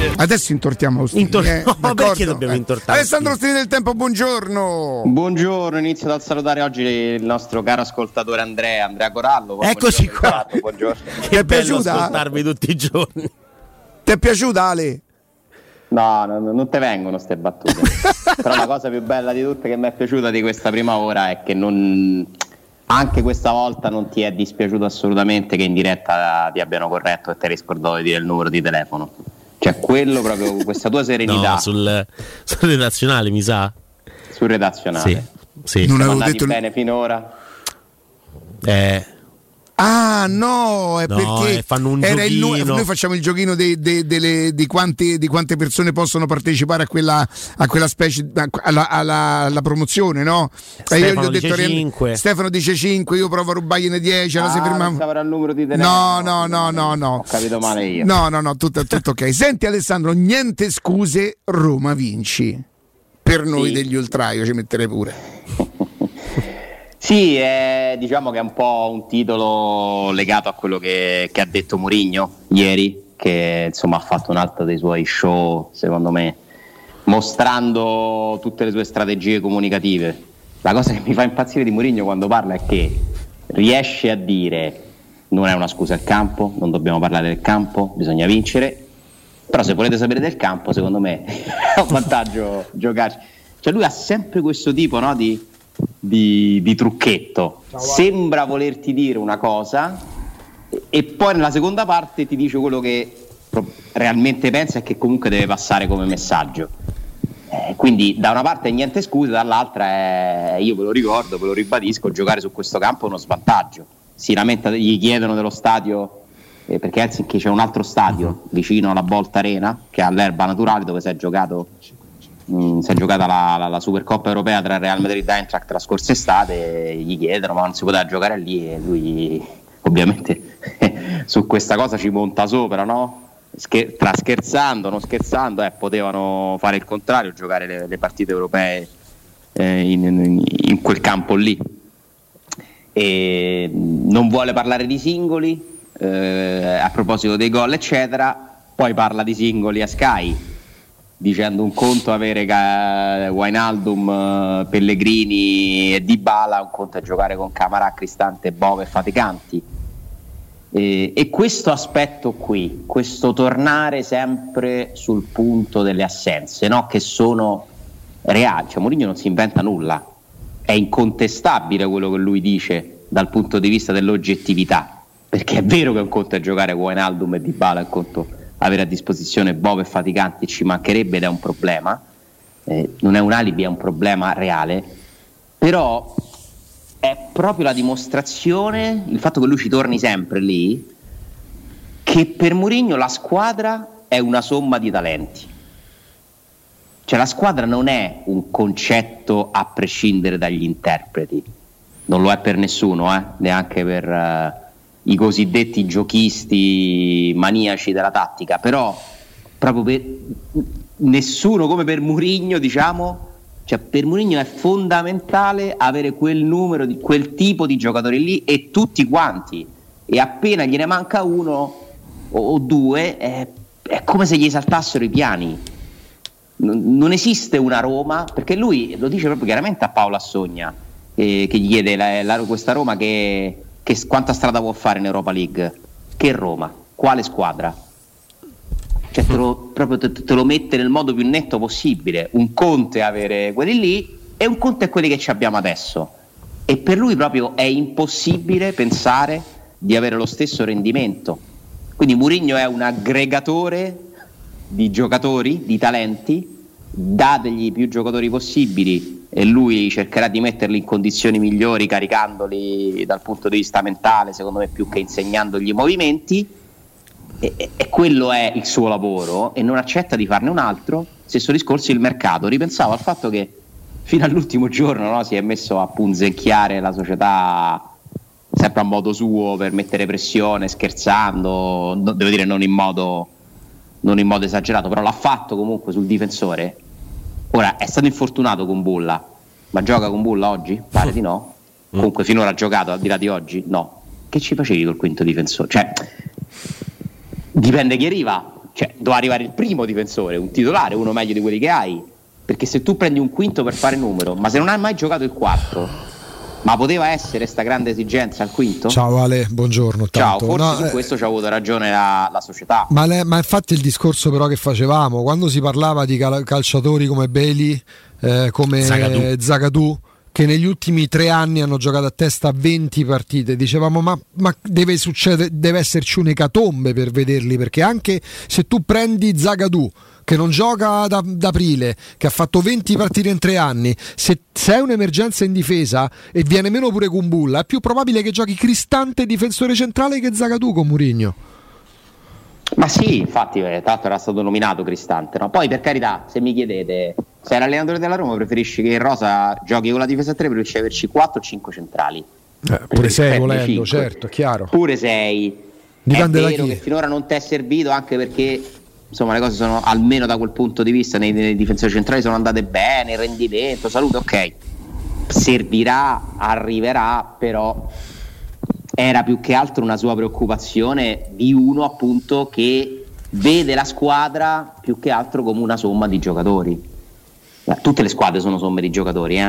Adesso intortiamo Ostini. No, perché dobbiamo intortare? Alessandro Ostini del Tempo, buongiorno. Buongiorno, inizio dal salutare oggi il nostro caro ascoltatore Andrea Corallo. Eccoci qua. Buongiorno. Ti è piaciuta? Ascoltarvi tutti i giorni. Ti è piaciuta, Ale? No, non te vengono ste battute. Però la cosa più bella di tutte che mi è piaciuta di questa prima ora è che anche questa volta non ti è dispiaciuto assolutamente che in diretta ti abbiano corretto e ti hai riscordato di dire il numero di telefono. Cioè quello proprio, questa tua serenità. No, sul redazionale mi sa. Sul redazionale. Sì. Non Siamo avevo andati detto bene finora. Ah no, è perché fanno un era giochino. noi facciamo il giochino di quante persone possono partecipare a quella specie alla promozione, no? Stefano dice 5. Stefano dice 5, io provo a rubargliene 10, allora si ferma. Non il numero di telefono. No. Ho capito male io. No, tutto ok. Senti Alessandro, niente scuse, Roma vinci. Per noi Sì. degli Ultraio ci metterei pure. Sì, diciamo che è un po' un titolo legato a quello che ha detto Mourinho ieri, che insomma ha fatto un altro dei suoi show, secondo me, mostrando tutte le sue strategie comunicative. La cosa che mi fa impazzire di Mourinho quando parla è che riesce a dire non è una scusa il campo, non dobbiamo parlare del campo, bisogna vincere, però se volete sapere del campo, secondo me è un vantaggio giocarci. Cioè lui ha sempre questo tipo, no, di trucchetto. Sembra volerti dire una cosa e poi nella seconda parte ti dice quello che realmente pensa e che comunque deve passare come messaggio. Quindi da una parte niente scuse, dall'altra è, io ve lo ricordo, ve lo ribadisco, giocare su questo campo è uno svantaggio. Si lamenta, gli chiedono dello stadio, perché Helsinki c'è un altro stadio vicino alla Bolt Arena che ha l'erba naturale dove si è giocata la Supercoppa europea tra Real Madrid e Eintracht la scorsa estate. Gli chiedono ma non si poteva giocare lì e lui ovviamente su questa cosa ci monta sopra, no? Tra scherzando, non scherzando, potevano fare il contrario, giocare le partite europee in quel campo lì. E non vuole parlare di singoli a proposito dei gol eccetera, poi parla di singoli a Sky dicendo un conto avere Wijnaldum, Pellegrini e Dybala, un conto è giocare con Camarà, Cristante, Bove e Faticanti. E questo aspetto qui, questo tornare sempre sul punto delle assenze, no? Che sono reali, cioè Mourinho non si inventa nulla, è incontestabile quello che lui dice dal punto di vista dell'oggettività, perché è vero che un conto è giocare con Wijnaldum e Dybala, un conto avere a disposizione Bove e Faticanti, ci mancherebbe ed è un problema, non è un alibi, è un problema reale, però è proprio la dimostrazione, il fatto che lui ci torni sempre lì, che per Mourinho la squadra è una somma di talenti. Cioè la squadra non è un concetto a prescindere dagli interpreti, non lo è per nessuno, neanche per i cosiddetti giochisti maniaci della tattica, però proprio per nessuno come per Mourinho, diciamo. Cioè per Mourinho è fondamentale avere quel numero, quel tipo di giocatori lì e tutti quanti, e appena gliene manca uno o due è come se gli saltassero i piani. Non esiste una Roma, perché lui lo dice proprio chiaramente a Paolo Assogna, che gli chiede questa Roma che quanta strada può fare in Europa League. Che Roma? Quale squadra? Cioè te lo mette nel modo più netto possibile. Un conto è avere quelli lì e un conto è quelli che ci abbiamo adesso, e per lui proprio è impossibile pensare di avere lo stesso rendimento. Quindi Mourinho è un aggregatore di giocatori, di talenti, dategli più giocatori possibili e lui cercherà di metterli in condizioni migliori, caricandoli dal punto di vista mentale, secondo me, più che insegnandogli i movimenti. E quello è il suo lavoro e non accetta di farne un altro. Stesso discorso il mercato. Ripensavo al fatto che fino all'ultimo giorno, no, si è messo a punzecchiare la società sempre a modo suo per mettere pressione, scherzando, devo dire non in modo esagerato, però l'ha fatto comunque sul difensore. Ora è stato infortunato con Bulla, ma gioca con Bulla oggi? Pare di no. Comunque finora ha giocato, al di là di oggi, no. Che ci facevi col quinto difensore? Cioè dipende chi arriva, cioè doveva arrivare il primo difensore, un titolare, uno meglio di quelli che hai, perché se tu prendi un quinto per fare numero, ma se non hai mai giocato il quarto, ma poteva essere sta grande esigenza al quinto? Ciao Ale, buongiorno. Ciao, forse su questo ci ha avuto ragione la società. Ma infatti il discorso però che facevamo, quando si parlava di calciatori come Bailey, come Zagadou, che negli ultimi 3 anni hanno giocato a testa 20 partite, dicevamo ma deve esserci un'ecatombe per vederli, perché anche se tu prendi Zagadou che non gioca da aprile, che ha fatto 20 partite in 3 anni, se è un'emergenza in difesa e viene meno pure Kumbulla, è più probabile che giochi Cristante difensore centrale che Zagadou con Mourinho. Ma sì, infatti, tra l'altro era stato nominato Cristante, no? Poi per carità, se mi chiedete, sei l'allenatore della Roma, preferisci che in rosa giochi con la difesa a 3, preferisci averci 4 o 5 centrali? Pure 6 volendo, certo, chiaro. Pure 6. Dipende è vero che finora non ti è servito, anche perché insomma le cose sono, almeno da quel punto di vista, nei difensori centrali sono andate bene, il rendimento, salute, ok, servirà, arriverà, però era più che altro una sua preoccupazione di uno appunto che vede la squadra più che altro come una somma di giocatori. Tutte le squadre sono somme di giocatori,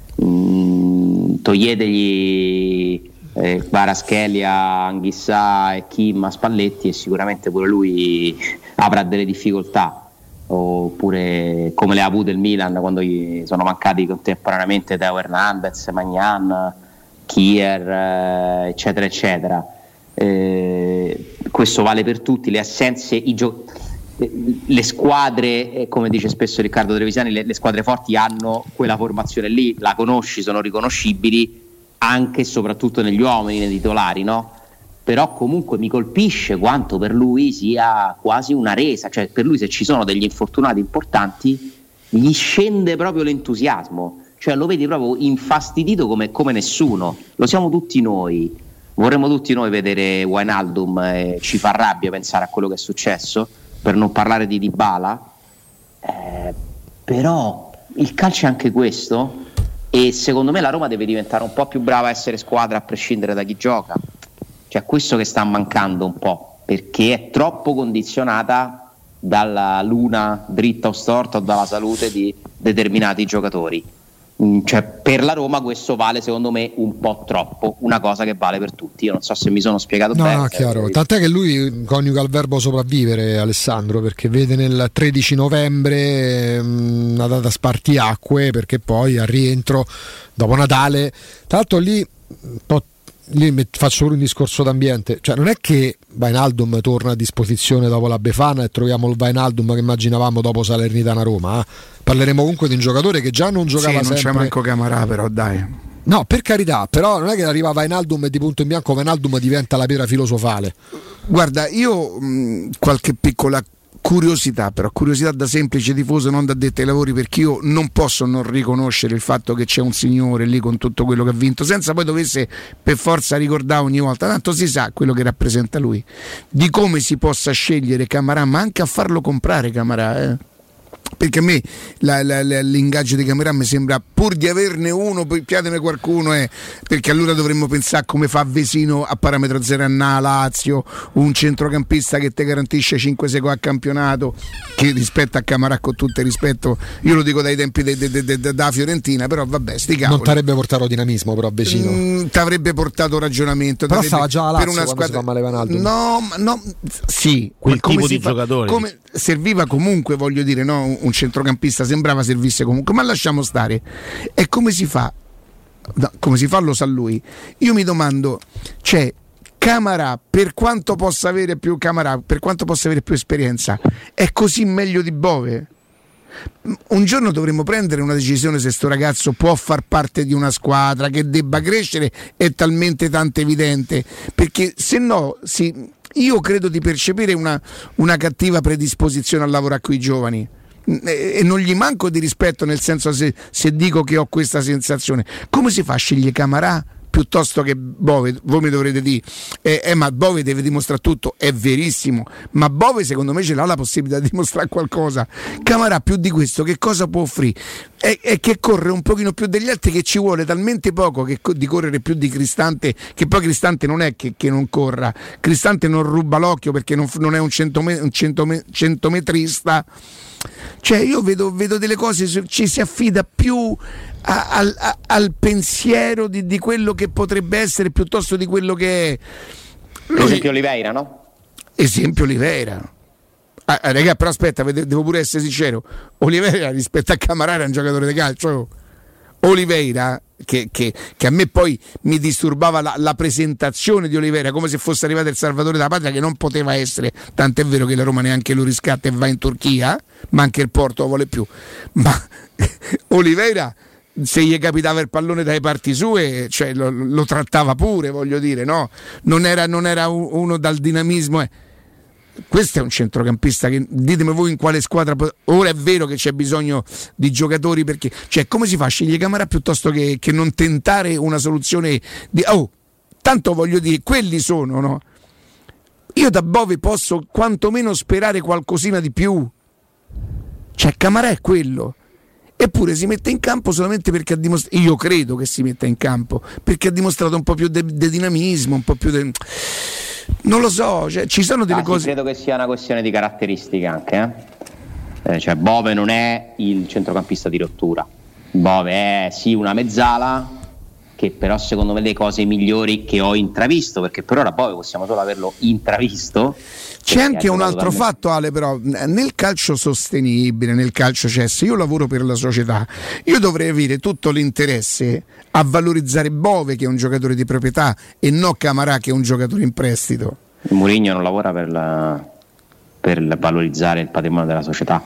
toglietegli Kvaratskhelia, Anghissà e Kim a Spalletti e sicuramente pure lui avrà delle difficoltà, oppure come le ha avute il Milan quando gli sono mancati contemporaneamente Teo Hernandez, Magnan, Kier, eccetera eccetera. Questo vale per tutti, le assenze, le squadre, come dice spesso Riccardo Trevisani, le squadre forti hanno quella formazione lì, la conosci, sono riconoscibili anche e soprattutto negli uomini, nei titolari, no? Però comunque mi colpisce quanto per lui sia quasi una resa, cioè per lui se ci sono degli infortunati importanti gli scende proprio l'entusiasmo, cioè lo vedi proprio infastidito come nessuno, lo siamo tutti noi, vorremmo tutti noi vedere Wijnaldum e ci fa rabbia pensare a quello che è successo, per non parlare di Dybala, però il calcio è anche questo. E secondo me la Roma deve diventare un po' più brava a essere squadra a prescindere da chi gioca, cioè questo che sta mancando un po', perché è troppo condizionata dalla luna dritta o storta o dalla salute di determinati giocatori. Cioè per la Roma questo vale secondo me un po' troppo, una cosa che vale per tutti. Io non so se mi sono spiegato bene. No, chiaro. Tant'è che lui coniuga il verbo sopravvivere, Alessandro, perché vede nel 13 novembre una data spartiacque, perché poi al rientro dopo Natale, tra l'altro lì faccio pure un discorso d'ambiente, cioè non è che Wijnaldum torna a disposizione dopo la Befana e troviamo il Wijnaldum che immaginavamo dopo Salernitana-Roma, parleremo comunque di un giocatore che già non giocava non sempre. c'è manco Camarà, però dai, no, per carità, però non è che arriva Wijnaldum e di punto in bianco Wijnaldum diventa la pietra filosofale. Guarda, io qualche piccola curiosità da semplice tifoso, non da detto ai lavori, perché io non posso non riconoscere il fatto che c'è un signore lì con tutto quello che ha vinto, senza poi dovesse per forza ricordare ogni volta, tanto si sa quello che rappresenta lui, di come si possa scegliere Camarà, ma anche a farlo comprare Camarà, perché a me l'ingaggio di Camarà mi sembra, pur di averne uno, poi piatene qualcuno, perché allora dovremmo pensare come fa Vesino a parametro zero a Lazio, un centrocampista che ti garantisce 5 secondi a campionato, che rispetto a Camarà, con tutto il rispetto, io lo dico dai tempi da Fiorentina, però vabbè, sti cavoli. Non ti avrebbe portato dinamismo, però Vesino ti avrebbe portato ragionamento, però stava già a Lazio per una squadra, si fa male Wijnaldum. No, sì, quel tipo di giocatore come serviva comunque, voglio dire, no, un centrocampista sembrava servisse comunque, ma lasciamo stare. E come si fa? No, come si fa lo sa lui. Io mi domando, cioè Camarà, per quanto possa avere più esperienza, è così meglio di Bove? Un giorno dovremmo prendere una decisione se sto ragazzo può far parte di una squadra, che debba crescere è talmente tanto evidente, perché se no io credo di percepire una cattiva predisposizione a lavorare con i giovani, e non gli manco di rispetto, nel senso, se dico che ho questa sensazione. Come si fa a scegliere Camarà piuttosto che Bove. Voi mi dovrete dire ma Bove deve dimostrare tutto, è verissimo, ma Bove secondo me ce l'ha la possibilità di dimostrare qualcosa. Camarà più di questo che cosa può offrire? È che corre un pochino più degli altri, che ci vuole talmente poco di correre più di Cristante, che poi Cristante non è che non corra, Cristante non ruba l'occhio perché non è un centometrista. Cioè io vedo delle cose, ci si affida più al pensiero di quello che potrebbe essere piuttosto di quello che è. Esempio Oliveira, no? Esempio Oliveira. Raga, però aspetta, devo pure essere sincero, Oliveira rispetto a Camarà era un giocatore di calcio. Oliveira, che a me poi mi disturbava la presentazione di Oliveira, come se fosse arrivato il salvatore della patria, che non poteva essere, tant'è vero che la Roma neanche lo riscatta e va in Turchia, ma anche il Porto lo vuole più. Ma Oliveira, se gli capitava il pallone dai parti sue, cioè lo trattava pure, voglio dire, no? Non era uno dal dinamismo. Questo è un centrocampista che, ditemi voi in quale squadra. Ora è vero che c'è bisogno di giocatori, perché cioè come si fa a scegliere Camarà piuttosto che non tentare una soluzione tanto voglio dire, quelli sono, no? Io da Bove posso quantomeno sperare qualcosina di più, cioè Camarà è quello, eppure si mette in campo solamente perché ha dimostrato, io credo che si metta in campo perché ha dimostrato un po' più di dinamismo, un po' più non lo so, cioè, ci sono delle cose. Credo che sia una questione di caratteristiche anche, cioè Bove non è il centrocampista di rottura, Bove è sì una mezzala, che però secondo me le cose migliori che ho intravisto, perché per ora Bove possiamo solo averlo intravisto. C'è anche un altro fatto, Ale, però nel calcio sostenibile, nel calcio cesso, io lavoro per la società, io dovrei avere tutto l'interesse a valorizzare Bove, che è un giocatore di proprietà, e no Camarà, che è un giocatore in prestito. Mourinho non lavora per valorizzare il patrimonio della società,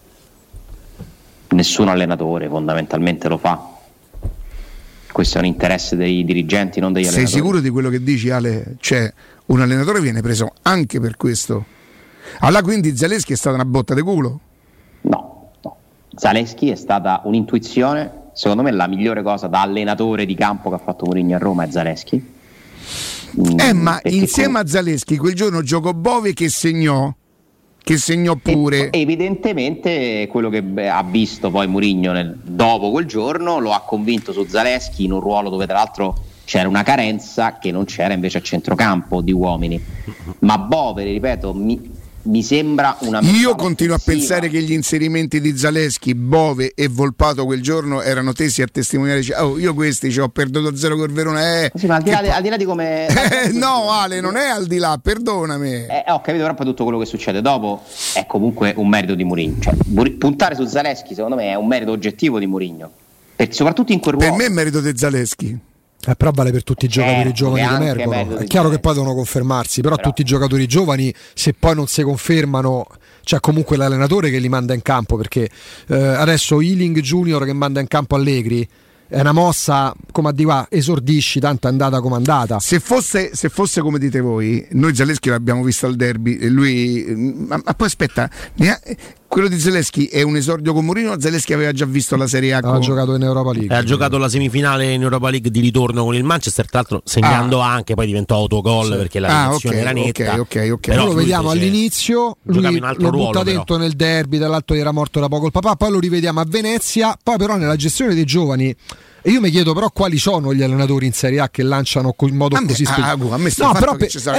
nessun allenatore fondamentalmente lo fa. Questo è un interesse dei dirigenti, non degli allenatori. Sei sicuro di quello che dici, Ale? Cioè, un allenatore viene preso anche per questo. Allora quindi Zaleschi è stata una botta di culo? No. Zaleschi è stata un'intuizione. Secondo me la migliore cosa da allenatore di campo che ha fatto Mourinho a Roma è Zaleschi. Ma insieme a Zaleschi quel giorno giocò Bove che segnò pure. Evidentemente quello che ha visto poi Mourinho dopo quel giorno lo ha convinto su Zaleschi, in un ruolo dove tra l'altro c'era una carenza che non c'era invece a centrocampo di uomini. Ma Bove, ripeto, mi sembra una. Io continuo a pensare che gli inserimenti di Zaleschi, Bove e Volpato quel giorno erano tesi a testimoniare. Io questi ci ho perduto 0 col Verona. Sì, ma al di là di come. No, Ale, non è al di là, perdonami. Ho capito, però poi tutto quello che succede dopo è comunque un merito di Mourinho. Cioè, puntare su Zaleschi, secondo me, è un merito oggettivo di Mourinho. Soprattutto in quel ruolo. Per me è merito di Zaleschi. Però vale per tutti i giocatori giovani che emergono. È chiaro che poi devono confermarsi, però tutti i giocatori giovani, se poi non si confermano, c'è comunque l'allenatore che li manda in campo, perché adesso Ealing Junior che manda in campo Allegri è una mossa come a dire esordisci, tanto è andata come è andata. Se fosse come dite voi, noi Zaleschi l'abbiamo visto al derby e lui ma poi aspetta, quello di Zaleschi è un esordio con Mourinho. Zaleschi aveva già visto la Serie A, ha giocato in Europa League, ha giocato la semifinale in Europa League di ritorno con il Manchester, tra l'altro segnando anche, poi diventò autogol perché la reazione era netta. Però lo vediamo all'inizio, lui lo butta dentro nel derby, dall'altro era morto da poco il papà, poi lo rivediamo a Venezia, poi però nella gestione dei giovani. E io mi chiedo però quali sono gli allenatori in Serie A che lanciano in modo così specifico. A me sta però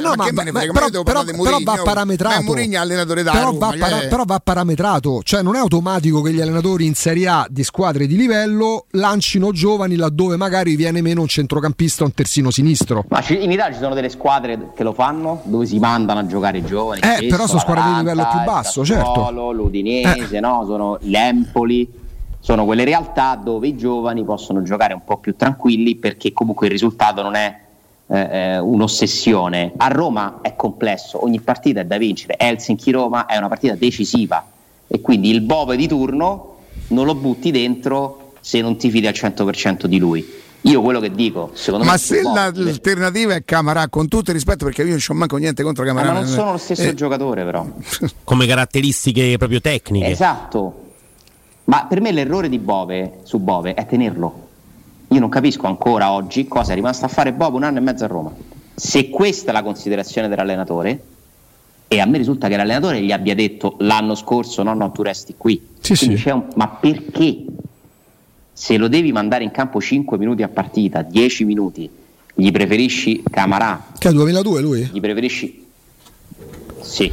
va parametrato. Mourinho allenatore da però va parametrato, cioè non è automatico che gli allenatori in Serie A di squadre di livello lancino giovani laddove magari viene meno un centrocampista o un terzino sinistro. Ma in Italia ci sono delle squadre che lo fanno, dove si mandano a giocare i giovani. Però sono squadre di livello più basso, certo. L'Udinese, no? Sono l'Empoli. Sono quelle realtà dove i giovani possono giocare un po' più tranquilli, perché comunque il risultato non è un'ossessione. A Roma è complesso, ogni partita è da vincere. Helsinki-Roma è una partita decisiva e quindi il Bove di turno non lo butti dentro se non ti fidi al 100% di lui. Io quello che dico, secondo me, se l'alternativa è Camarà, con tutto il rispetto, perché io non c'ho manco niente contro Camarà, ma non sono lo stesso giocatore, però come caratteristiche proprio tecniche. Esatto. Ma per me l'errore di Bove su Bove è tenerlo. io non capisco ancora oggi cosa è rimasto a fare Bob 1 anno e mezzo a Roma. Se questa è la considerazione dell'allenatore, e a me risulta che l'allenatore gli abbia detto l'anno scorso no, tu resti qui. Sì. Ma perché? Se lo devi mandare in campo 5 minuti a partita, 10 minuti, gli preferisci Camarà? Che è 2002 lui? Gli preferisci? Sì.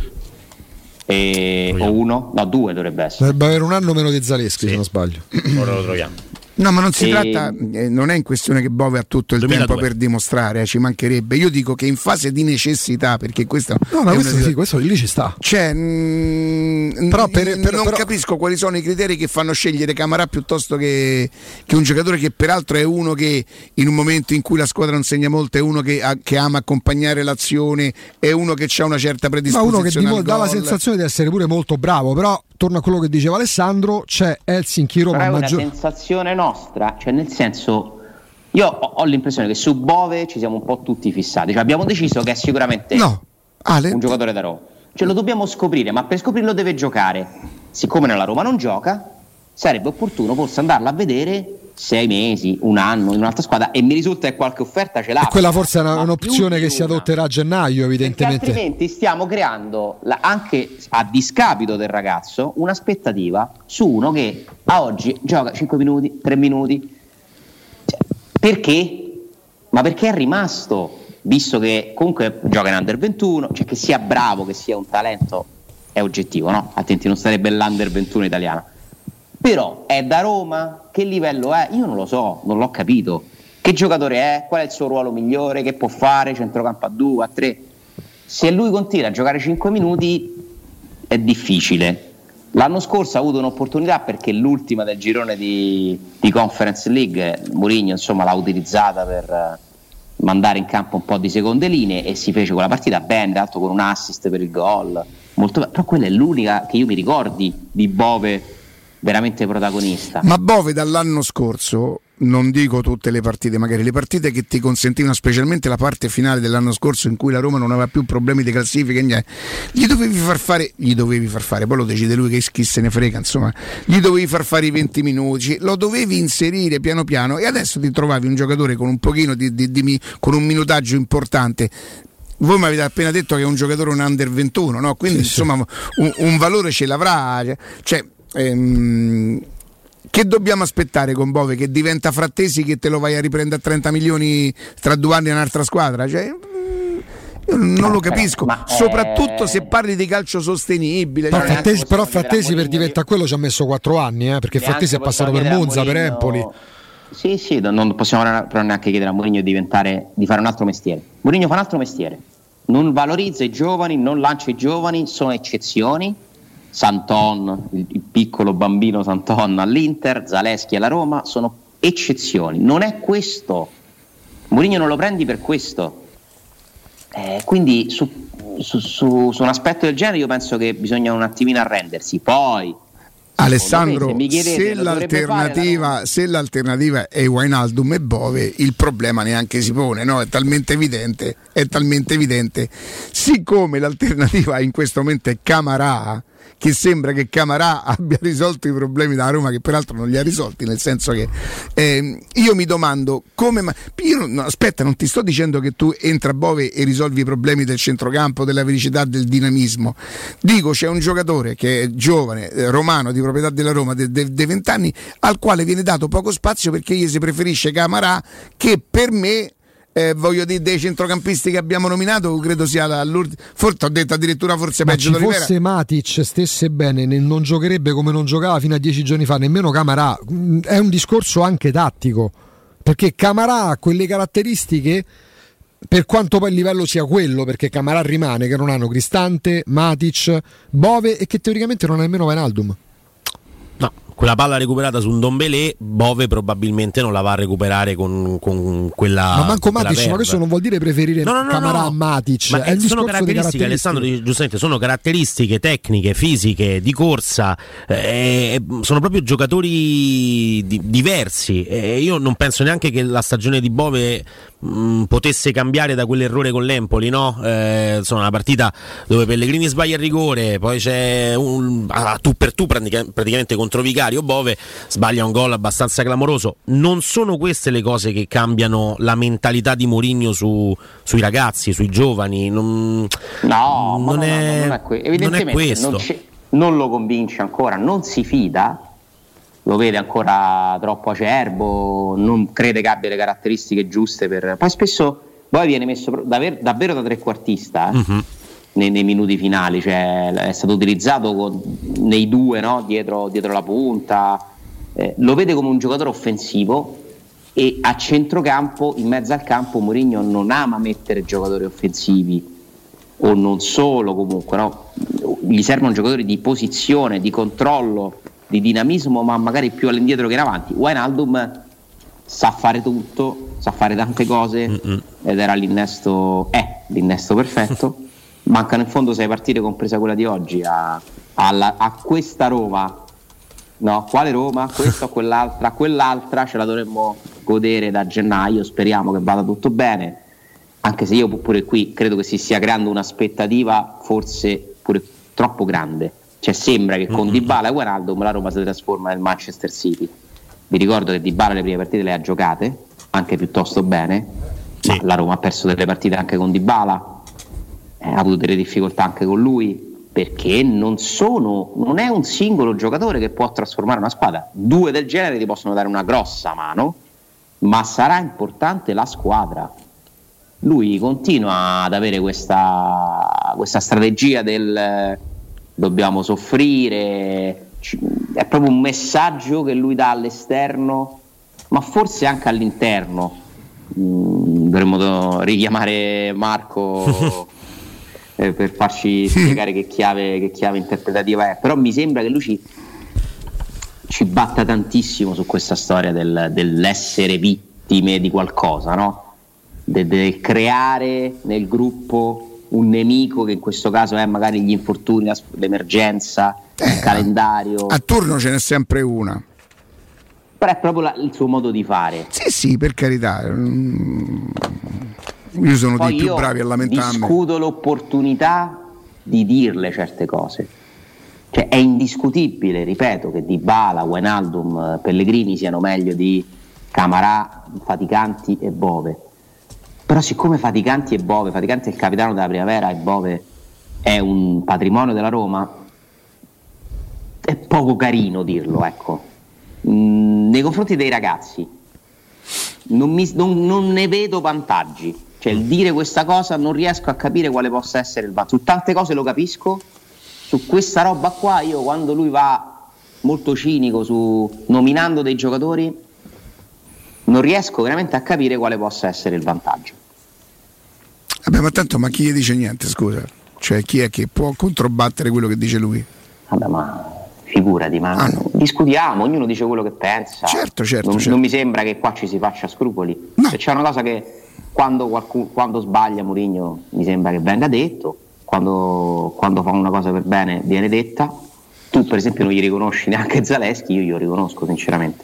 O 1? No, 2 dovrebbe essere. Dovrebbe avere un anno meno di Zaleschi, se non sbaglio. Ora lo troviamo. No, ma non si tratta, non è in questione che Bove ha tutto il 2002. Tempo per dimostrare, ci mancherebbe. Io dico che in fase di necessità, perché questa questo lì ci sta. Cioè, però non capisco quali sono i criteri che fanno scegliere Camarà piuttosto che un giocatore che peraltro è uno che in un momento in cui la squadra non segna molto, è uno che ama accompagnare l'azione, è uno che ha una certa predisposizione. Ma uno che dà la sensazione di essere pure molto bravo, però torno a quello che diceva Alessandro, c'è Helsinki Roma. Però è una sensazione nostra, cioè nel senso, io ho l'impressione che su Bove ci siamo un po' tutti fissati, cioè abbiamo deciso che è sicuramente un giocatore da Roma, cioè lo dobbiamo scoprire, ma per scoprirlo deve giocare. Siccome nella Roma non gioca, sarebbe opportuno forse andarlo a vedere 6 mesi, un anno in un'altra squadra, e mi risulta che qualche offerta ce l'ha. E quella forse è un'opzione che si adotterà a gennaio, evidentemente. Perché altrimenti stiamo creando, anche a discapito del ragazzo, un'aspettativa su uno che a oggi gioca 5 minuti, 3 minuti. Cioè, perché? Ma perché è rimasto, visto che comunque gioca in Under 21, cioè che sia bravo, che sia un talento, è oggettivo, no? Attenti, non sarebbe l'Under 21 italiana. Però è da Roma? Che livello è? Io non lo so, non l'ho capito. Che giocatore è? Qual è il suo ruolo migliore? Che può fare? Centrocampo a 2, a 3? Se lui continua a giocare 5 minuti è difficile. L'anno scorso ha avuto un'opportunità perché l'ultima del girone di Conference League, Mourinho insomma l'ha utilizzata per mandare in campo un po' di seconde linee e si fece quella partita bene, tra l'altro con un assist per il gol. Però quella è l'unica che io mi ricordi di Bove veramente protagonista. Ma Bove dall'anno scorso, non dico tutte le partite, magari le partite che ti consentivano, specialmente la parte finale dell'anno scorso in cui la Roma non aveva più problemi di classifica, gli dovevi far fare, poi lo decide lui, che chi se ne frega, insomma, gli dovevi far fare i 20 minuti, lo dovevi inserire piano piano, e adesso ti trovavi un giocatore con un pochino con un minutaggio importante. Voi mi avete appena detto che è un giocatore un Under 21, no? Quindi sì, insomma un valore ce l'avrà, cioè che dobbiamo aspettare con Bove? Che diventa Frattesi, che te lo vai a riprendere a 30 milioni tra 2 anni in un'altra squadra? Cioè, io non lo capisco, soprattutto se parli di calcio sostenibile. Però Frattesi per diventare quello ci ha messo 4 anni, perché Frattesi è passato per Monza, per Empoli. Sì, non possiamo però neanche chiedere a Mourinho di fare un altro mestiere. Mourinho fa un altro mestiere, non valorizza i giovani, non lancia i giovani, sono eccezioni. Santon, il piccolo bambino Santon all'Inter, Zaleschi alla Roma, sono eccezioni. Non è questo. Mourinho non lo prendi per questo. Quindi su un aspetto del genere io penso che bisogna un attimino arrendersi. Poi Alessandro, se l'alternativa è Wijnaldum e Bove, il problema neanche si pone, no? È talmente evidente. Siccome l'alternativa in questo momento è Camarà, che sembra che Camarà abbia risolto i problemi della Roma, che peraltro non li ha risolti, nel senso che io mi domando come aspetta, non ti sto dicendo che tu entra Bove e risolvi i problemi del centrocampo, della velocità, del dinamismo. Dico, c'è un giocatore che è giovane, romano, di proprietà della Roma, dei 20 anni, al quale viene dato poco spazio perché gli si preferisce Camarà, che per me voglio dire, dei centrocampisti che abbiamo nominato credo sia forse ho detto addirittura forse peggio di Rivera. Ma fosse Matic stesse bene, non giocherebbe come non giocava fino a 10 giorni fa nemmeno Camarà. È un discorso anche tattico, perché Camarà ha quelle caratteristiche, per quanto poi il livello sia quello, perché Camarà rimane, che non hanno Cristante, Matic, Bove, e che teoricamente non ha nemmeno Wijnaldum. No, quella palla recuperata su un Ndombélé, Bove probabilmente non la va a recuperare con quella. Ma manco Matic, ma questo non vuol dire preferire Camarà a Matic. Ma sono caratteristiche, Alessandro, giustamente, sono caratteristiche tecniche, fisiche, di corsa, sono proprio giocatori diversi. Io non penso neanche che la stagione di Bove potesse cambiare da quell'errore con l'Empoli, no? Insomma, una partita dove Pellegrini sbaglia il rigore, poi c'è un tu per tu praticamente contro Vicario, Vicario. Bove sbaglia un gol abbastanza clamoroso. Non sono queste le cose che cambiano la mentalità di Mourinho sui ragazzi, sui giovani. Non è questo. Non lo convince ancora, non si fida, lo vede ancora troppo acerbo, non crede che abbia le caratteristiche giuste poi spesso poi viene messo davvero da trequartista nei minuti finali, cioè è stato utilizzato nei due, no? dietro la punta, lo vede come un giocatore offensivo, e a centrocampo, in mezzo al campo, Mourinho non ama mettere giocatori offensivi, o non solo, comunque, no? Gli servono giocatori di posizione, di controllo, di dinamismo, ma magari più all'indietro che in avanti. Wijnaldum sa fare tutto, sa fare tante cose, ed era l'innesto perfetto. Mancano in fondo 6 partite, compresa quella di oggi, a questa Roma. No, quale Roma? Questa o quell'altra? Quell'altra ce la dovremmo godere da gennaio, speriamo che vada tutto bene, anche se io pure qui credo che si stia creando un'aspettativa forse pure troppo grande, cioè sembra che con Dybala e Wijnaldum la Roma si trasforma nel Manchester City. Vi ricordo che Dybala le prime partite le ha giocate anche piuttosto bene, ma la Roma ha perso delle partite anche con Dybala, ha avuto delle difficoltà anche con lui, perché non è un singolo giocatore che può trasformare una squadra. 2 del genere ti possono dare una grossa mano, ma sarà importante la squadra. Lui continua ad avere questa strategia del dobbiamo soffrire, è proprio un messaggio che lui dà all'esterno, ma forse anche all'interno. Dovremmo richiamare Marco per farci spiegare che chiave interpretativa è, però mi sembra che lui ci batta tantissimo su questa storia dell'essere vittime di qualcosa, no? Del creare nel gruppo un nemico, che in questo caso è magari gli infortuni, l'emergenza, il calendario. A turno ce n'è sempre una. Però è proprio il suo modo di fare. Sì, per carità. Io sono dei più bravi a lamentarmi. Discuto l'opportunità di dirle certe cose. Cioè è indiscutibile, ripeto, che Dybala, Wijnaldum, Pellegrini siano meglio di Camarà, Faticanti e Bove. Però siccome Faticanti è il capitano della primavera e Bove è un patrimonio della Roma, è poco carino dirlo, ecco. Nei confronti dei ragazzi non ne vedo vantaggi. Cioè il dire questa cosa non riesco a capire quale possa essere il vantaggio. Su tante cose lo capisco, su questa roba qua io, quando lui va molto cinico nominando dei giocatori, non riesco veramente a capire quale possa essere il vantaggio. Vabbè, ma tanto, ma chi gli dice niente, scusa? Cioè chi è che può controbattere quello che dice lui? Vabbè, ma figurati, ma discutiamo, ognuno dice quello che pensa. Certo. Non mi sembra che qua ci si faccia scrupoli. No. Se c'è una cosa che quando sbaglia Mourinho mi sembra che venga detto, quando fa una cosa per bene viene detta. Tu per esempio non gli riconosci neanche Zalewski, io glielo riconosco sinceramente.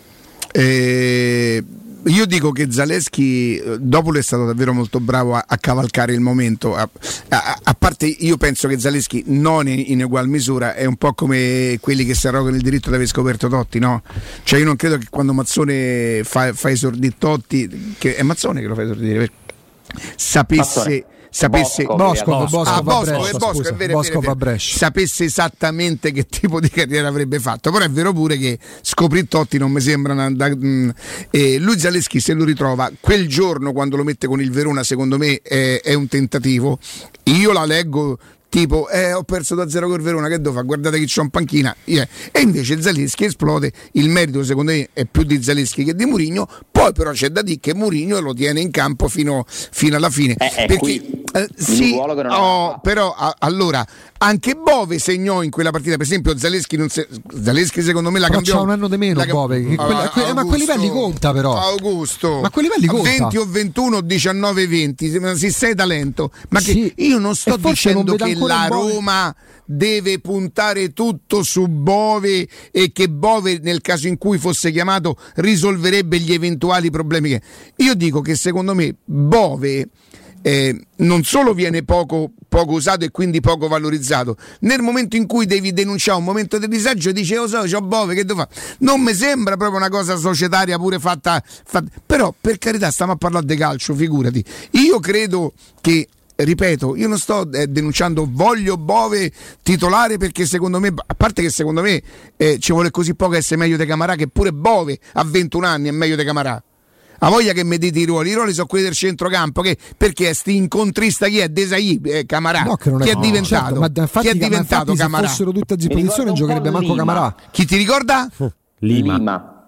Io dico che Zalewski dopo lui è stato davvero molto bravo a cavalcare il momento, a parte io penso che Zalewski non in ugual misura è un po' come quelli che si arrogano il diritto di aver scoperto Totti, no? Cioè io non credo che quando Mazzone fa esordire Totti, che è Mazzone che lo fa esordire, sapesse Bosco va Brescia, sapesse esattamente che tipo di carriera avrebbe fatto. Però è vero pure che scoprì Totti non mi sembra lui Zalewski, se lo ritrova quel giorno quando lo mette con il Verona, secondo me è un tentativo. Io la leggo tipo ho perso da 0 col Verona, che devo fare? Guardate che c'ho in panchina, e invece Zalewski esplode. Il merito secondo me è più di Zalewski che di Mourinho. Poi però c'è da dire che Mourinho lo tiene in campo fino alla fine, perché sì, però allora anche Bove segnò in quella partita, per esempio. Zalewski secondo me la cambiò. C'ha un anno di meno Bove, ma a quei livelli conta, però Augusto, ma a quei livelli conta 20 o 21, 19 20, se sei talento, ma che io non sto dicendo che la Roma deve puntare tutto su Bove e che Bove nel caso in cui fosse chiamato risolverebbe gli eventuali problemi. Io dico che secondo me Bove non solo viene poco usato e quindi poco valorizzato, nel momento in cui devi denunciare un momento di disagio dice c'ho Bove, che devo fare? Non mi sembra proprio una cosa societaria pure fatta. Però per carità stiamo a parlare di calcio, figurati. Io credo che, ripeto, io non sto denunciando, voglio Bove titolare perché secondo me, a parte che secondo me ci vuole così poco essere meglio di Camarà, che pure Bove a 21 anni è meglio di Camarà. A voglia che mi dite i ruoli sono quelli del centrocampo, che perché sti incontrista chi è? Desai, Camarà, no, che non è, chi è diventato? Certo, ma infatti, chi è diventato Camarà? Se fossero tutte a disposizione non giocherebbe manco Camarà. Chi ti ricorda? Lima.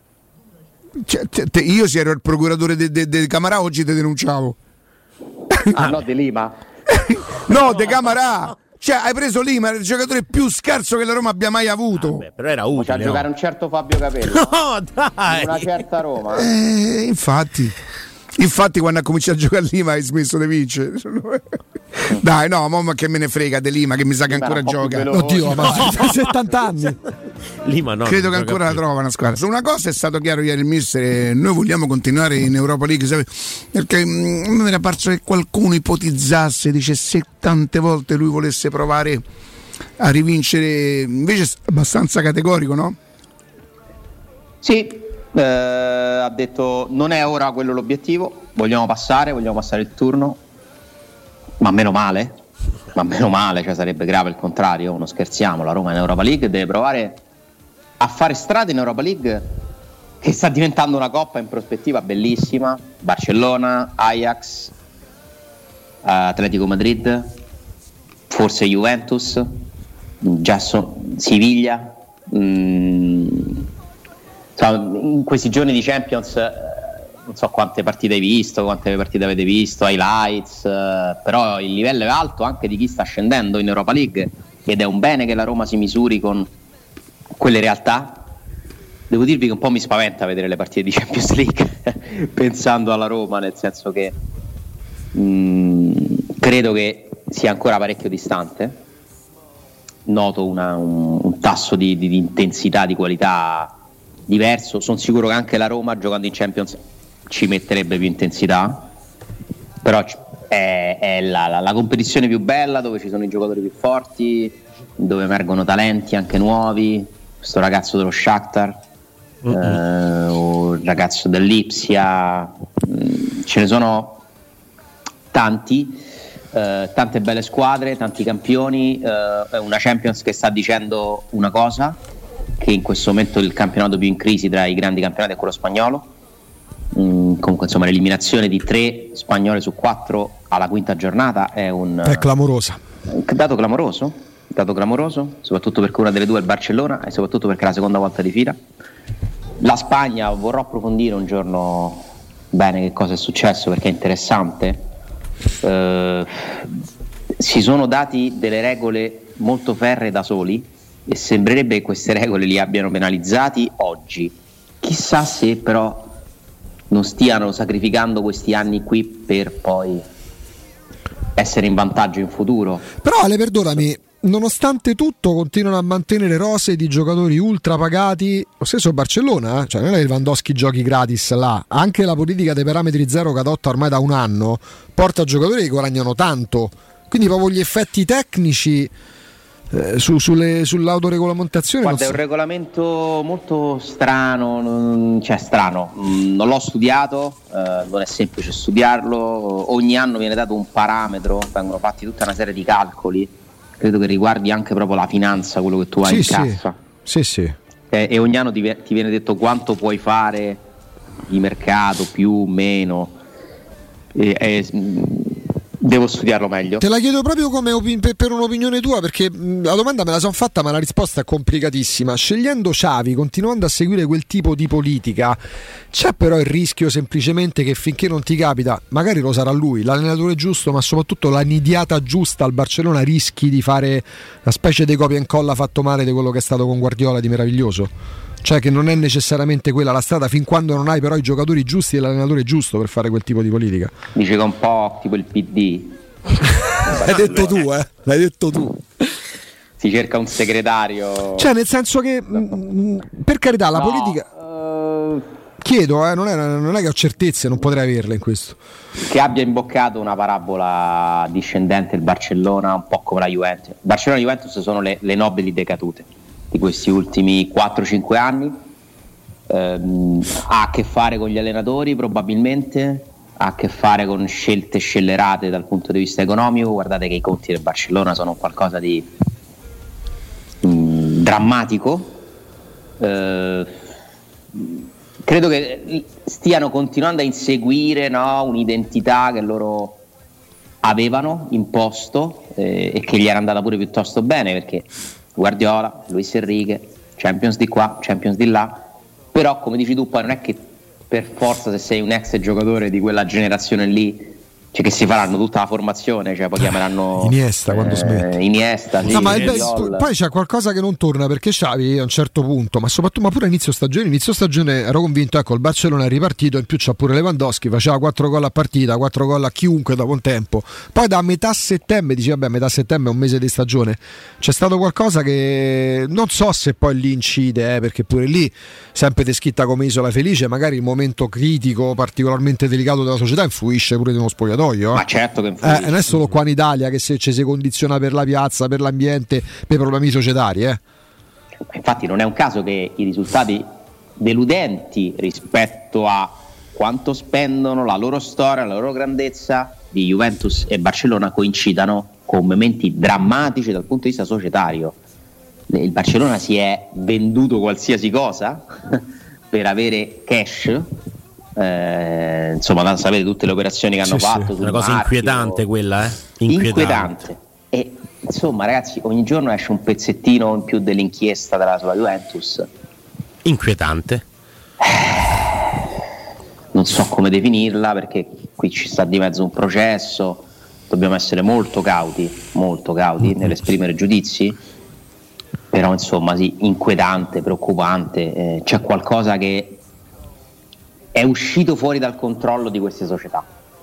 Io se ero il procuratore di Camarà oggi ti denunciavo. No, di Lima. No, De Camarà. Cioè, hai preso Lima, il giocatore più scarso che la Roma abbia mai avuto. Però era utile. Faceva giocare un certo Fabio Capello. No, dai. Una certa Roma. Infatti quando ha cominciato a giocare Lima hai smesso di vincere. Dai, no, mamma che me ne frega di Lima, che mi sa che ancora gioca. Oddio, ma ha 70 anni. Lima no. Credo che ancora la trova una squadra. Una cosa è stato chiaro ieri il mister, noi vogliamo continuare in Europa League, perché mi era parso che qualcuno ipotizzasse, dice, se tante volte lui volesse provare a rivincere, invece è abbastanza categorico, no? Sì. Ha detto non è ora quello l'obiettivo, vogliamo passare il turno, ma meno male, cioè sarebbe grave il contrario, non scherziamo, la Roma in Europa League deve provare a fare strada in Europa League, che sta diventando una coppa in prospettiva bellissima. Barcellona, Ajax, Atletico Madrid, forse Juventus, Siviglia. In questi giorni di Champions non so quante partite hai visto, quante partite avete visto, highlights, però il livello è alto anche di chi sta scendendo in Europa League, ed è un bene che la Roma si misuri con quelle realtà. Devo dirvi che un po' mi spaventa vedere le partite di Champions League pensando alla Roma, nel senso che credo che sia ancora parecchio distante. Noto un tasso di intensità, di qualità diverso. Sono sicuro che anche la Roma giocando in Champions ci metterebbe più intensità, però è la competizione più bella, dove ci sono i giocatori più forti, dove emergono talenti anche nuovi. Questo ragazzo dello Shakhtar, o il ragazzo dell'Ipsia, ce ne sono tanti, tante belle squadre, tanti campioni, una Champions che sta dicendo una cosa, che in questo momento il campionato più in crisi tra i grandi campionati è quello spagnolo. Comunque insomma l'eliminazione di 3 spagnole su 4 alla quinta giornata è clamorosa, un dato clamoroso, soprattutto perché una delle due è il Barcellona e soprattutto perché è la seconda volta di fila. La Spagna vorrò approfondire un giorno bene che cosa è successo, perché è interessante. Si sono dati delle regole molto ferree da soli e sembrerebbe che queste regole li abbiano penalizzati oggi. Chissà se però non stiano sacrificando questi anni qui per poi essere in vantaggio in futuro. Però Ale, perdonami, nonostante tutto continuano a mantenere rose di giocatori ultra pagati. Lo stesso Barcellona, cioè non è che Lewandowski giochi gratis là, anche la politica dei parametri zero che adotta ormai da un anno porta a giocatori che guadagnano tanto, quindi proprio gli effetti tecnici sull'autoregolamentazione. Guarda, è un regolamento molto strano, non l'ho studiato, non è semplice studiarlo. Ogni anno viene dato un parametro, vengono fatti tutta una serie di calcoli, credo che riguardi anche proprio la finanza, quello che tu hai in cassa. Sì. E ogni anno ti viene detto quanto puoi fare di mercato, più, meno. Devo studiarlo meglio. Te la chiedo proprio come per un'opinione tua, perché la domanda me la sono fatta ma la risposta è complicatissima. Scegliendo Xavi, continuando a seguire quel tipo di politica, c'è però il rischio semplicemente che finché non ti capita, magari lo sarà lui, l'allenatore giusto, ma soprattutto la nidiata giusta al Barcellona, rischi di fare una specie di copia e incolla fatto male di quello che è stato con Guardiola di meraviglioso? Cioè che non è necessariamente quella la strada fin quando non hai però i giocatori giusti e l'allenatore giusto per fare quel tipo di politica. Dice che un po' tipo il PD. L'hai detto tu, l'hai detto tu. Si cerca un segretario. Cioè nel senso che per carità la politica Chiedo, non è che ho certezze, non potrei averle in questo. Che abbia imboccato una parabola discendente il Barcellona, un po' come la Juventus. Barcellona e Juventus sono le nobili decadute di questi ultimi 4-5 anni. Ha a che fare con gli allenatori probabilmente, ha a che fare con scelte scellerate dal punto di vista economico. Guardate che i conti del Barcellona sono qualcosa di drammatico. Credo che stiano continuando a inseguire, no, un'identità che loro avevano imposto e che gli era andata pure piuttosto bene, perché Guardiola, Luis Enrique, Champions di qua, Champions di là. Però come dici tu, poi non è che per forza, se sei un ex giocatore di quella generazione lì, cioè che si faranno tutta la formazione, cioè poi chiameranno Iniesta quando smette. Iniesta, sì, no, ma poi c'è qualcosa che non torna, perché Xavi a un certo punto, ma soprattutto pure a inizio stagione ero convinto, ecco, il Barcellona è ripartito, in più c'ha pure Lewandowski, faceva 4 gol a partita, 4 gol a chiunque dopo un tempo. Poi da metà settembre dici vabbè, metà settembre è un mese di stagione, c'è stato qualcosa che non so se poi lì incide, perché pure lì sempre descritta come isola felice, magari il momento critico particolarmente delicato della società influisce pure di uno spogliatoio. Ma certo che non è solo qua in Italia che se ci si condiziona per la piazza, per l'ambiente, per problemi societari. Infatti non è un caso che i risultati deludenti rispetto a quanto spendono, la loro storia, la loro grandezza di Juventus e Barcellona coincidano con momenti drammatici dal punto di vista societario. Il Barcellona si è venduto qualsiasi cosa per avere cash. Insomma, da sapere tutte le operazioni che hanno fatto. Una cosa inquietante quella, inquietante. E insomma, ragazzi, ogni giorno esce un pezzettino in più dell'inchiesta sulla Juventus. Inquietante. Non so come definirla, perché qui ci sta di mezzo un processo, dobbiamo essere molto cauti nell'esprimere giudizi. Però insomma sì, inquietante, preoccupante, c'è qualcosa che è uscito fuori dal controllo di queste società.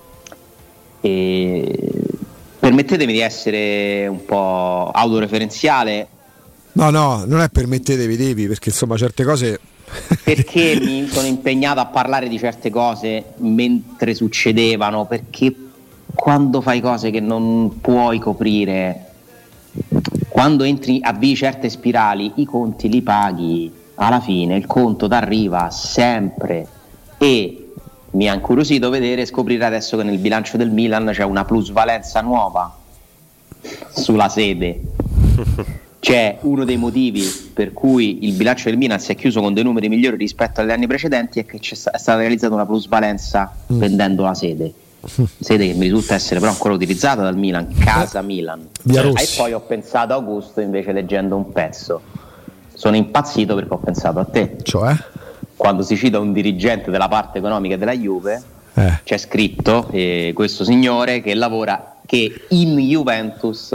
E permettetemi di essere un po' autoreferenziale. No, non è permettetevi, perché insomma certe cose perché mi sono impegnato a parlare di certe cose mentre succedevano, perché quando fai cose che non puoi coprire, quando entri, avvii certe spirali, i conti li paghi alla fine, il conto t'arriva sempre. E mi ha incuriosito scoprire adesso che nel bilancio del Milan c'è una plusvalenza nuova sulla sede. C'è uno dei motivi per cui il bilancio del Milan si è chiuso con dei numeri migliori rispetto agli anni precedenti è che è stata realizzata una plusvalenza vendendo la sede che mi risulta essere però ancora utilizzata dal Milan, casa Milan. E poi ho pensato a Augusto, invece, leggendo un pezzo sono impazzito perché ho pensato a te, cioè quando si cita un dirigente della parte economica della Juve, c'è scritto questo signore che lavora in Juventus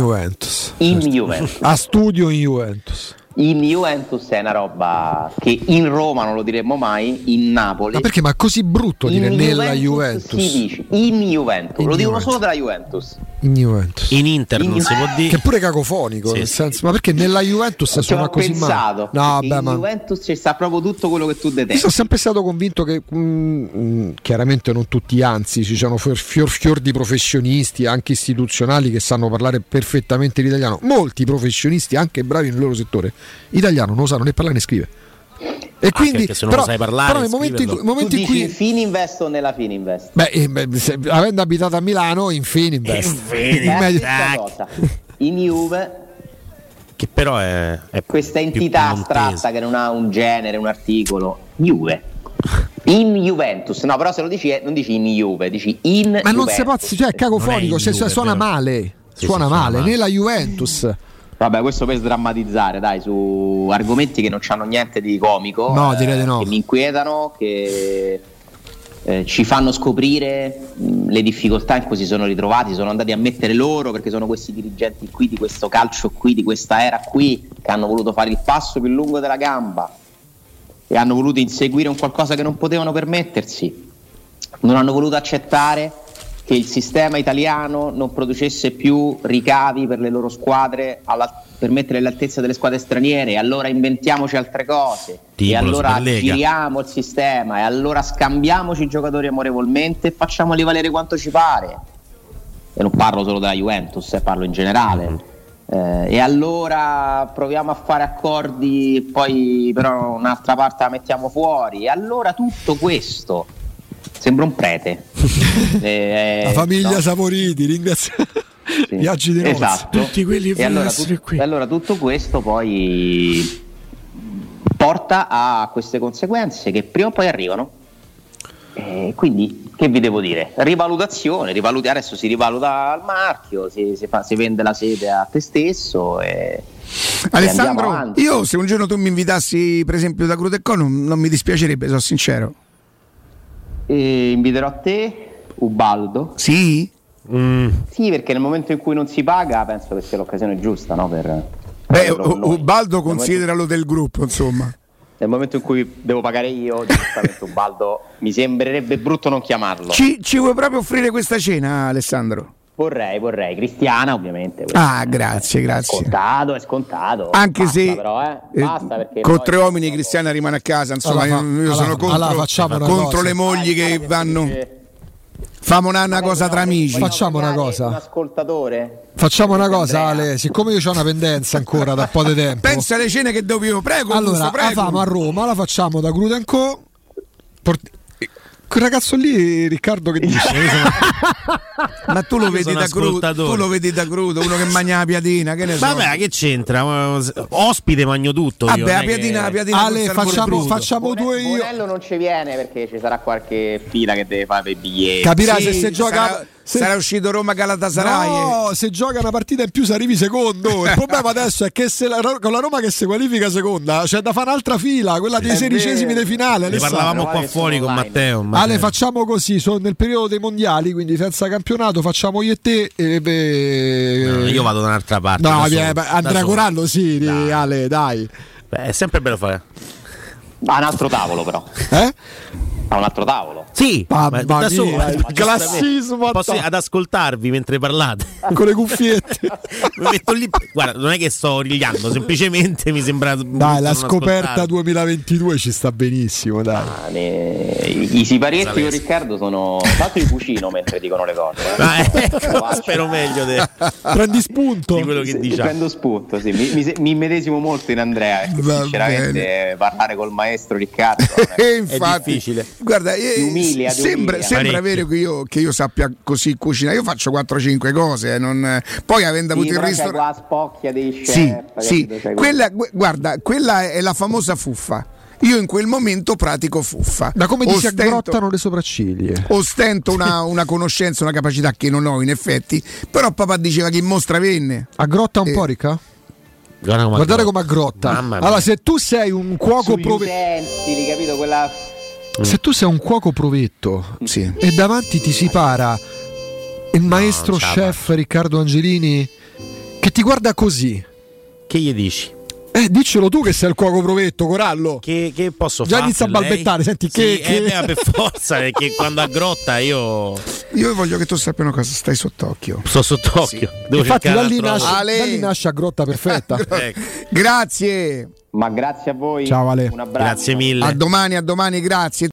a studio in Juventus. In Juventus è una roba che in Roma non lo diremmo mai, in Napoli. Ma perché? Ma è così brutto dire nella Juventus? Si dice in Juventus, lo dicono solo della Juventus. In Juventus. In Inter non si può dire. Che è pure cacofonico, nel senso, ma perché nella Juventus suona così male? No, in Juventus ci sta proprio tutto quello che tu detesti. Io sono sempre stato convinto che chiaramente non tutti, anzi ci sono fior di professionisti anche istituzionali che sanno parlare perfettamente l'italiano. Molti professionisti, anche bravi nel loro settore, italiano non lo sanno né parlare né scrivere. E quindi se non lo sai parlare, però nel momento in cui Fininvest o nella Fininvest? Avendo abitato a Milano, in Fininvest. In Juve, che però è questa entità astratta che non ha un genere, un articolo. Juve. In Juventus, no, però se lo dici non dici in Juve, dici in ma Juventus. non si può, cioè è cacofonico, suona male. Suona male nella Juventus. Vabbè, questo per sdrammatizzare, dai, su argomenti che non c'hanno niente di comico, no, direi di no, che mi inquietano, che ci fanno scoprire le difficoltà in cui si sono ritrovati, sono andati a mettere loro, perché sono questi dirigenti qui, di questo calcio qui, di questa era qui, che hanno voluto fare il passo più lungo della gamba e hanno voluto inseguire un qualcosa che non potevano permettersi, non hanno voluto accettare che il sistema italiano non producesse più ricavi per le loro squadre per mettere all'altezza delle squadre straniere, e allora inventiamoci altre cose, tipo e allora giriamo il sistema, e allora scambiamoci i giocatori amorevolmente e facciamoli valere quanto ci pare. E non parlo solo della Juventus, parlo in generale. E allora proviamo a fare accordi, poi però un'altra parte la mettiamo fuori, e allora tutto questo sembra un prete. La famiglia Saporiti, ringrazio. Sì. Viaggi di nozze, esatto. tutti quelli e allora tutto questo poi porta a queste conseguenze che prima o poi arrivano. Quindi che vi devo dire? Rivalutazione, adesso si rivaluta il marchio, si vende la sede a te stesso e Alessandro, io se un giorno tu mi invitassi per esempio da Crude Co non mi dispiacerebbe, sono sincero. Inviterò te, Ubaldo. Sì? Sì, perché nel momento in cui non si paga penso che sia l'occasione giusta, no? Ubaldo consideralo del gruppo, insomma. Nel momento in cui devo pagare io, giustamente Ubaldo, mi sembrerebbe brutto non chiamarlo. Ci vuoi proprio offrire questa cena, Alessandro? Vorrei, cristiana ovviamente. Grazie. È scontato. Anche basta, se però, basta, perché con 3 uomini cristiana rimane a casa, insomma, io sono contro le mogli che vanno. Famo una cosa tra amici. Facciamo una cosa. Un ascoltatore. Facciamo una cosa, Ale, siccome io ho una pendenza ancora da un po' di tempo. Pensa alle cene che dovevo, prego. Allora, prego. la famo a Roma, la facciamo da Crude Co. Quel ragazzo lì, Riccardo, che dice? Ma tu lo vedi da crudo, uno che mangia la piadina, che ne so. Vabbè, che c'entra? Ospite mangio tutto. Vabbè, la piadina. Ale, facciamo due io. Bonello non ci viene perché ci sarà qualche fila che deve fare i biglietti. Capirà se gioca. Sarà uscito Roma Galatasaray. No, se gioca una partita in più si arrivi secondo. Il problema adesso è che con la Roma che si qualifica seconda c'è da fare un'altra fila, quella dei 16esimi di finale. Ne parlavamo qua fuori con Matteo. Ale, facciamo così, sono nel periodo dei mondiali, quindi senza campionato facciamo io e te io vado da un'altra parte. No, Andrea Corallo sì, dai. Ale, dai. È sempre bello fare. A un altro tavolo però. A un altro tavolo. Sì, da solo. Classismo ad ascoltarvi mentre parlate con le cuffiette. Mi metto lì. Guarda, non è che sto rigliando, semplicemente mi sembra. Dai, la scoperta 2022 ci sta benissimo. Dai. I siparietti con Riccardo sono tanto di cucino mentre dicono le cose. Spero meglio. Prendi spunto di quello che diciamo. Prendo spunto, sì. Mi immedesimo molto in Andrea. Sinceramente, parlare col maestro Riccardo è difficile. Guarda, sembra vero che io sappia così cucinare. Io faccio 4-5 cose, poi avendo avuto il ristorante. La spocchia dei chef. Sì. Quella è la famosa fuffa. Io in quel momento pratico fuffa. Da come ti si aggrottano le sopracciglia. Ostento una conoscenza, una capacità che non ho in effetti. Però papà diceva che in mostra venne. Aggrotta un po', Ricca? Guardate come aggrotta. Allora, se tu sei un cuoco capito quella. Se tu sei un cuoco provetto e davanti ti si para il maestro chef Riccardo Angelini che ti guarda così, che gli dici? Diccelo tu che sei il cuoco provetto, Corallo. Che posso fare? Già inizia a balbettare, senti per forza, perché quando aggrotta io voglio che tu sappia una cosa, stai sott'occhio. Sto sott'occhio. Infatti da lì nasce a grotta perfetta. Grazie. Ma grazie a voi. Ciao Ale. Un abbraccio. Grazie mille. A domani, grazie.